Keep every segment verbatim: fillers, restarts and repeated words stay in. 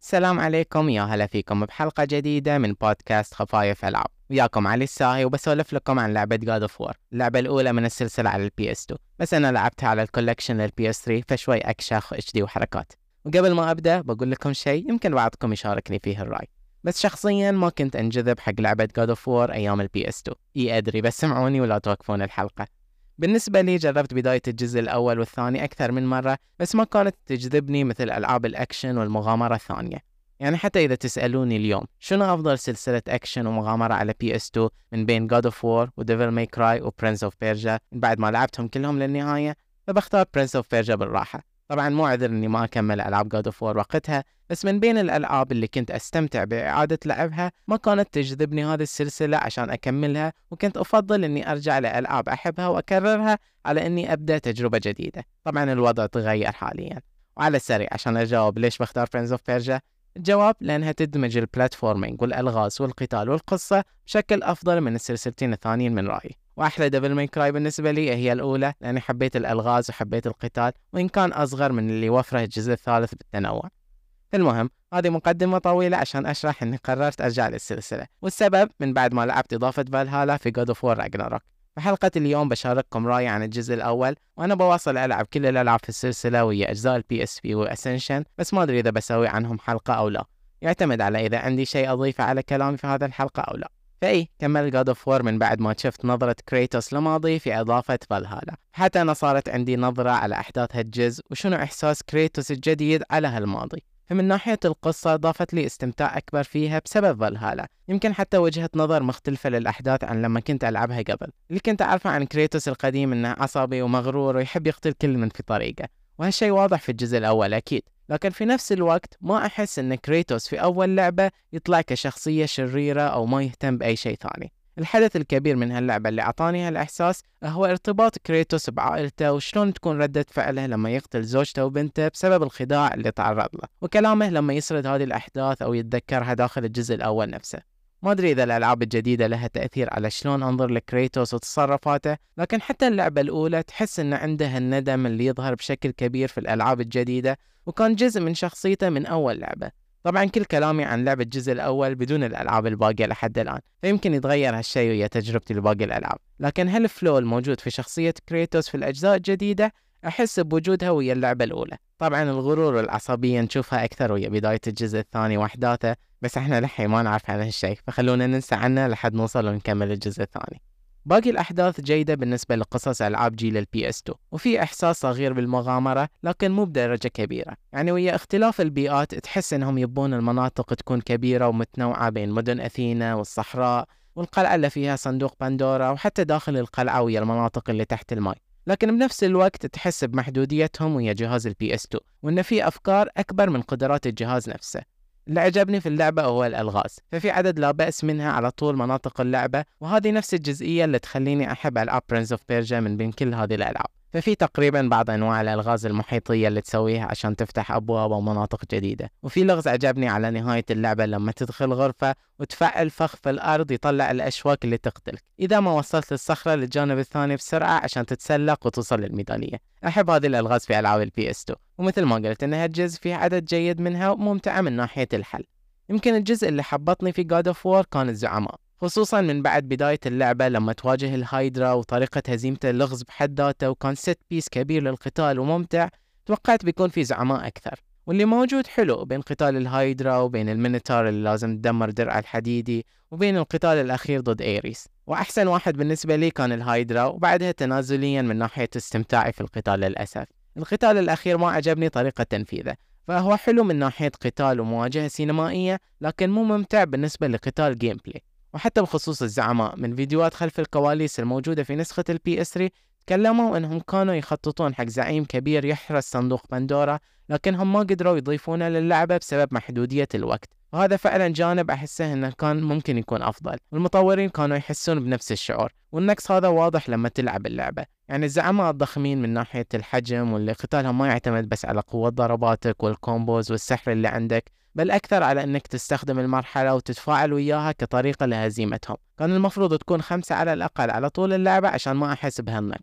السلام عليكم، يا هلا فيكم بحلقة جديدة من بودكاست خفايف ألعاب. وياكم علي الساهي وبسولف لكم عن لعبة God of War، اللعبة الأولى من السلسلة على البي اس تو، بس أنا لعبتها على الكولكشن للبي اس ثري فشوي أكشخ اتش دي وحركات. وقبل ما أبدأ بقول لكم شيء يمكن بعضكم يشاركني فيه الرأي، بس شخصيا ما كنت أنجذب حق لعبة God of War أيام البي اس تو. إي أدري، بس سمعوني ولا توقفون الحلقة. بالنسبة لي جربت بداية الجزء الأول والثاني أكثر من مرة، بس ما كانت تجذبني مثل ألعاب الأكشن والمغامرة الثانية. يعني حتى إذا تسألوني اليوم شنو أفضل سلسلة أكشن ومغامرة على بي اس تو من بين God of War و Devil May Cry و Prince of Persia، بعد ما لعبتهم كلهم للنهاية فبختار Prince of Persia بالراحة. طبعا مو عذر إني ما أكمل ألعاب God of War وقتها، بس من بين الألعاب اللي كنت أستمتع بإعادة لعبها ما كانت تجذبني هذه السلسلة عشان أكملها، وكنت أفضل إني أرجع لألعاب أحبها وأكررها على إني أبدأ تجربة جديدة. طبعا الوضع تغير حاليا. وعلى السريع عشان أجاوب ليش بختار Prince of Persia، الجواب لأنها تدمج البلاتفورمينج والألغاز والقتال والقصة بشكل أفضل من السلسلتين الثانيين من رأيي. وأحلى ديفل ماي كراي بالنسبة لي هي الأولى، لأني حبيت الألغاز وحبيت القتال، وإن كان أصغر من اللي وفره الجزء الثالث بالتنوع. المهم، هذه مقدمة طويلة عشان أشرح أني قررت أرجع للسلسلة، والسبب من بعد ما لعبت إضافة فالهالا في God of War Ragnarok. بحلقة اليوم بشارككم رأيي عن الجزء الأول، وأنا بواصل ألعب كل الألعاب في السلسلة وهي أجزاء البي اس بي وأسنشن، بس ما أدري إذا بسوي عنهم حلقة أو لا، يعتمد على إذا عندي شيء أضيفه على كلامي في هذا الحلقة أو لا. فإيه، كمل God of War من بعد ما شفت نظرة كريتوس لماضي في إضافة فالهالا، حتى أنا صارت عندي نظرة على أحداث هالجزء وشنو إحساس كريتوس الجديد على هالماضي. فمن ناحية القصة ضافت لي استمتاع أكبر فيها بسبب فالهالا، يمكن حتى وجهة نظر مختلفة للأحداث عن لما كنت ألعبها قبل. اللي كنت أعرفه عن كريتوس القديم إنه عصبي ومغرور ويحب يقتل كل من في طريقه، وهالشي واضح في الجزء الأول أكيد، لكن في نفس الوقت ما أحس إن كريتوس في أول لعبة يطلع كشخصية شريرة أو ما يهتم بأي شيء ثاني. الحدث الكبير من هاللعبة اللي أعطاني هالإحساس هو ارتباط كريتوس بعائلته، وشلون تكون ردة فعله لما يقتل زوجته وبنته بسبب الخداع اللي تعرض له، وكلامه لما يسرد هذه الأحداث أو يتذكرها داخل الجزء الأول نفسه. ما أدري إذا الألعاب الجديدة لها تأثير على شلون أنظر لكريتوس وتصرفاته، لكن حتى اللعبة الأولى تحس إن عنده الندم اللي يظهر بشكل كبير في الألعاب الجديدة، وكان جزء من شخصيته من أول لعبة. طبعا كل كلامي عن لعبة الجزء الأول بدون الألعاب الباقية لحد الآن، فيمكن يتغير هالشيء ويا تجربتي لباقي الألعاب، لكن هالفلو الموجود في شخصية كريتوس في الأجزاء الجديدة أحس بوجودها ويا اللعبة الأولى. طبعا الغرور والعصبية نشوفها أكثر ويا بداية الجزء الثاني وأحداثه، بس احنا لحين ما نعرف عن هالشيء، فخلونا ننسى عنه لحد نوصل ونكمل الجزء الثاني. باقي الأحداث جيدة بالنسبة لقصص ألعاب جيل البي اس تو، وفي إحساس صغير بالمغامرة لكن مو بدرجة كبيرة. يعني ويا اختلاف البيئات تحس إنهم يبون المناطق تكون كبيرة ومتنوعة بين مدن أثينا والصحراء والقلعة اللي فيها صندوق بندورا، وحتى داخل القلعة ويا المناطق اللي تحت الماء. لكن بنفس الوقت تحس بمحدوديتهم ويا جهاز البي اس تو، وإن في أفكار أكبر من قدرات الجهاز نفسه. اللي عجبني في اللعبة هو الألغاز، ففي عدد لا بأس منها على طول مناطق اللعبة، وهذه نفس الجزئية اللي تخليني أحب ألعاب Prince of Persia من بين كل هذه الألعاب. ففي تقريبا بعض أنواع الألغاز المحيطية اللي تسويها عشان تفتح أبواب ومناطق جديدة. وفي لغز عجبني على نهاية اللعبة لما تدخل غرفة وتفعل فخ في الأرض يطلع الأشواك اللي تقتلك إذا ما وصلت للصخرة للجانب الثاني بسرعة عشان تتسلق وتوصل للميدالية. أحب هذه الألغاز في ألعاب البي اس تو، ومثل ما قلت إن هالجزء فيه عدد جيد منها وممتعة من ناحية الحل. يمكن الجزء اللي حبطني في God of War كان الزعماء، خصوصا من بعد بداية اللعبة لما تواجه الهايدرا وطريقة هزيمته اللغز بحد ذاته، وكان ست بيس كبير للقتال وممتع. توقعت بيكون في زعماء أكثر، واللي موجود حلو بين قتال الهايدرا وبين المينيتار اللي لازم تدمر درع الحديدي، وبين القتال الأخير ضد إيريس. وأحسن واحد بالنسبة لي كان الهايدرا، وبعدها تنازليا من ناحية استمتاعي في القتال للأسف. القتال الأخير ما عجبني طريقة تنفيذه، فهو حلو من ناحية قتال ومواجهة سينمائية، لكن مو ممتع بالنسبة لقتال جيم بلاي. وحتى بخصوص الزعماء، من فيديوهات خلف الكواليس الموجودة في نسخة البي اس ثري تكلموا انهم كانوا يخططون حق زعيم كبير يحرس صندوق بندورا، لكنهم ما قدروا يضيفونه للعبة بسبب محدودية الوقت. وهذا فعلا جانب أحسه انه كان ممكن يكون أفضل، والمطورين كانوا يحسون بنفس الشعور، والنقص هذا واضح لما تلعب اللعبة. يعني الزعماء الضخمين من ناحية الحجم، واللي قتالهم ما يعتمد بس على قوة ضرباتك والكومبوز والسحر اللي عندك، بل أكثر على أنك تستخدم المرحلة وتتفاعل وياها كطريقة لهزيمتهم. كان المفروض تكون خمسة على الأقل على طول اللعبة عشان ما أحس بهالنقص.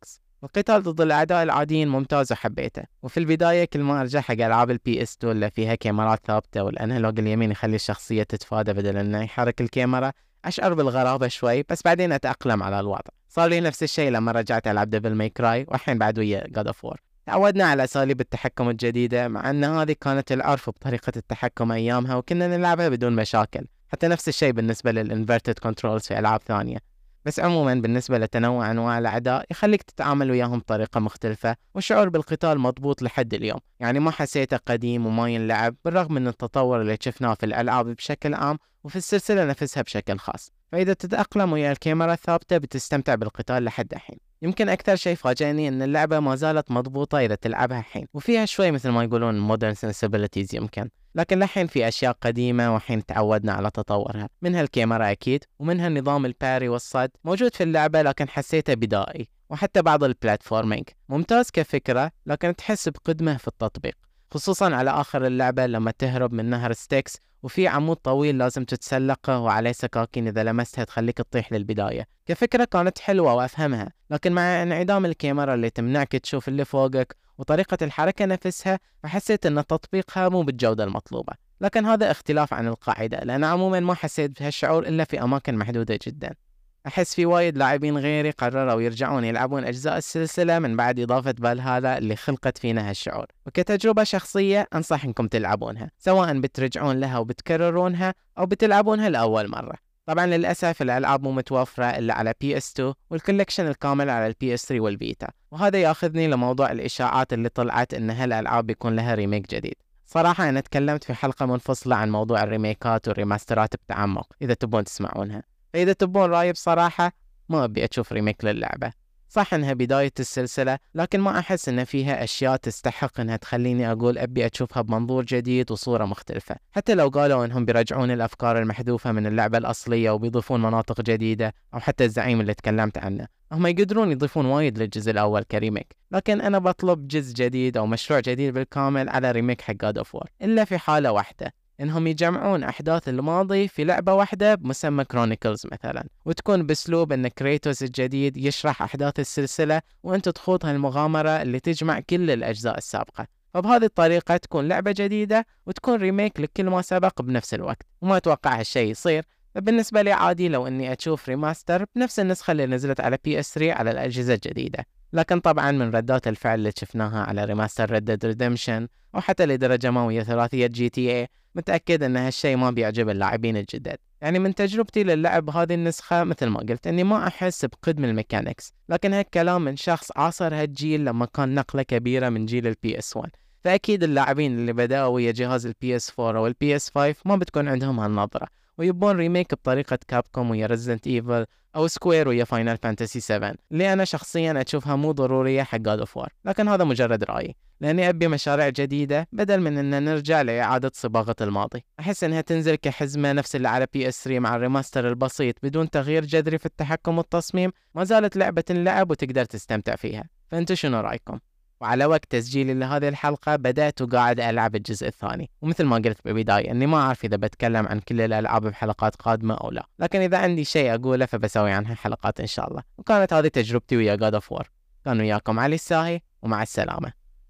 القتال ضد الأعداء العاديين ممتاز وحبيته، وفي البداية كل ما أرجع حق ألعاب البي اس تو اللي فيها كاميرات ثابتة والأنالوج اليمين يخلي الشخصية تتفادى بدل إنه يحرك الكاميرا، أشعر بالغرابة شوي، بس بعدين أتأقلم على الوضع. صار لي نفس الشيء لما رجعت ألعب ديفل ماي كراي، وحين بعد ويا God of War. تعودنا على أساليب التحكم الجديدة، مع أن هذه كانت العرف بطريقة التحكم أيامها وكنا نلعبها بدون مشاكل. حتى نفس الشيء بالنسبة للإنفرتد كنترولز في ألعاب ثانية. بس عموما بالنسبة لتنوع أنواع الأعداء يخليك تتعامل وياهم بطريقة مختلفة، والشعور بالقتال مضبوط لحد اليوم. يعني ما حسيته قديم وما ينلعب، بالرغم من التطور اللي شفناه في الألعاب بشكل عام وفي السلسلة نفسها بشكل خاص. فإذا تتأقلم ويا الكاميرا الثابتة بتستمتع بالقتال لحد الحين. يمكن أكثر شيء فاجأني أن اللعبة ما زالت مضبوطة إذا تلعبها الحين، وفيها شوي مثل ما يقولون modern sensibilities يمكن، لكن لحين في أشياء قديمة وحين تعودنا على تطورها، منها الكاميرا أكيد، ومنها النظام الباري والصد موجود في اللعبة لكن حسيته بدائي، وحتى بعض البلاتفورمينج ممتاز كفكرة لكن تحس بقدمه في التطبيق، خصوصا على آخر اللعبة لما تهرب من نهر ستيكس وفي عمود طويل لازم تتسلقه وعليه سكاكين إذا لمستها تخليك تطيح للبداية. كفكرة كانت حلوة وأفهمها، لكن مع انعدام الكاميرا اللي تمنعك تشوف اللي فوقك وطريقة الحركة نفسها، فحسيت أن تطبيقها مو بالجودة المطلوبة. لكن هذا اختلاف عن القاعدة، لأن عموما ما حسيت بهالشعور إلا في أماكن محدودة جدا. أحس في وايد لاعبين غيري قرروا يرجعون يلعبون أجزاء السلسلة من بعد إضافة فالهالا اللي خلقت فينا هالشعور، وكتجربة شخصية أنصح إنكم تلعبونها، سواء بترجعون لها وبتكررونها أو بتلعبونها لأول مرة. طبعا للأسف الألعاب مو متوفرة إلا على بي اس تو، والكولكشن الكامل على البي اس ثري والفيتا، وهذا ياخذني لموضوع الإشاعات اللي طلعت إن هالألعاب بيكون لها ريميك جديد. صراحة أنا تكلمت في حلقة منفصلة عن موضوع الريميكات والريماسترات بتعمق إذا تبون تسمعونها، فإذا تبون رأيي بصراحة ما أبي أشوف ريميك للعبة. صح إنها بداية السلسلة، لكن ما أحس إن فيها أشياء تستحق إنها تخليني أقول أبي أشوفها بمنظور جديد وصورة مختلفة. حتى لو قالوا إنهم بيرجعون الأفكار المحذوفة من اللعبة الأصلية وبيضيفون مناطق جديدة، أو حتى الزعيم اللي تكلمت عنه، هم يقدرون يضيفون وايد للجزء الأول كريميك، لكن أنا بطلب جزء جديد أو مشروع جديد بالكامل على ريميك حق God of War، إلا في حالة واحدة، إنهم يجمعون أحداث الماضي في لعبة واحدة بمسمى كرونيكلز مثلا، وتكون بأسلوب إن كريتوس الجديد يشرح أحداث السلسلة وأنت تخوض هالمغامرة اللي تجمع كل الأجزاء السابقة. فبهذه الطريقة تكون لعبة جديدة وتكون ريميك لكل ما سبق بنفس الوقت، وما أتوقع هالشيء يصير. فبالنسبة لي عادي لو إني أشوف ريماستر بنفس النسخة اللي نزلت على بي اس ثري على الأجهزة الجديدة. لكن طبعا من ردات الفعل اللي شفناها على ريماستر Red Dead Redemption وحتى لدرجة ما ويا ثلاثية جي تي اي، متأكد ان هالشيء ما بيعجب اللاعبين الجدد. يعني من تجربتي للعب هذه النسخة مثل ما قلت اني ما احس بقدم الميكانيكس، لكن هالكلام من شخص عاصر هالجيل لما كان نقلة كبيرة من جيل البي اس ون، فأكيد اللاعبين اللي بدأوا ويا جهاز البي اس فور أو البي اس فايف ما بتكون عندهم هالنظرة، ويبون ريميك بطريقة كابكوم ويا ريزيدنت ايفل أو سكوير ويا فاينل فانتسي سفن، اللي أنا شخصيا أشوفها مو ضرورية حق God of War. لكن هذا مجرد رأيي، لأني أبي مشاريع جديدة بدل من أن نرجع لإعادة صباغة الماضي. أحس أنها تنزل كحزمة نفس اللي على بي اس ثري مع الريماستر البسيط بدون تغيير جذري في التحكم والتصميم، ما زالت لعبة تنلعب وتقدر تستمتع فيها. فأنتوا شنو رأيكم؟ وعلى وقت تسجيلي لهذه الحلقة بدأت وقاعد ألعب الجزء الثاني، ومثل ما قلت بالبداية أني ما أعرف إذا بتكلم عن كل الألعاب بحلقات قادمة أو لا، لكن إذا عندي شيء أقوله فبسوي عنها حلقات إن شاء الله. وكانت هذه تجربتي ويا God of War. كان وياكم علي الساهي، ومع السلامة.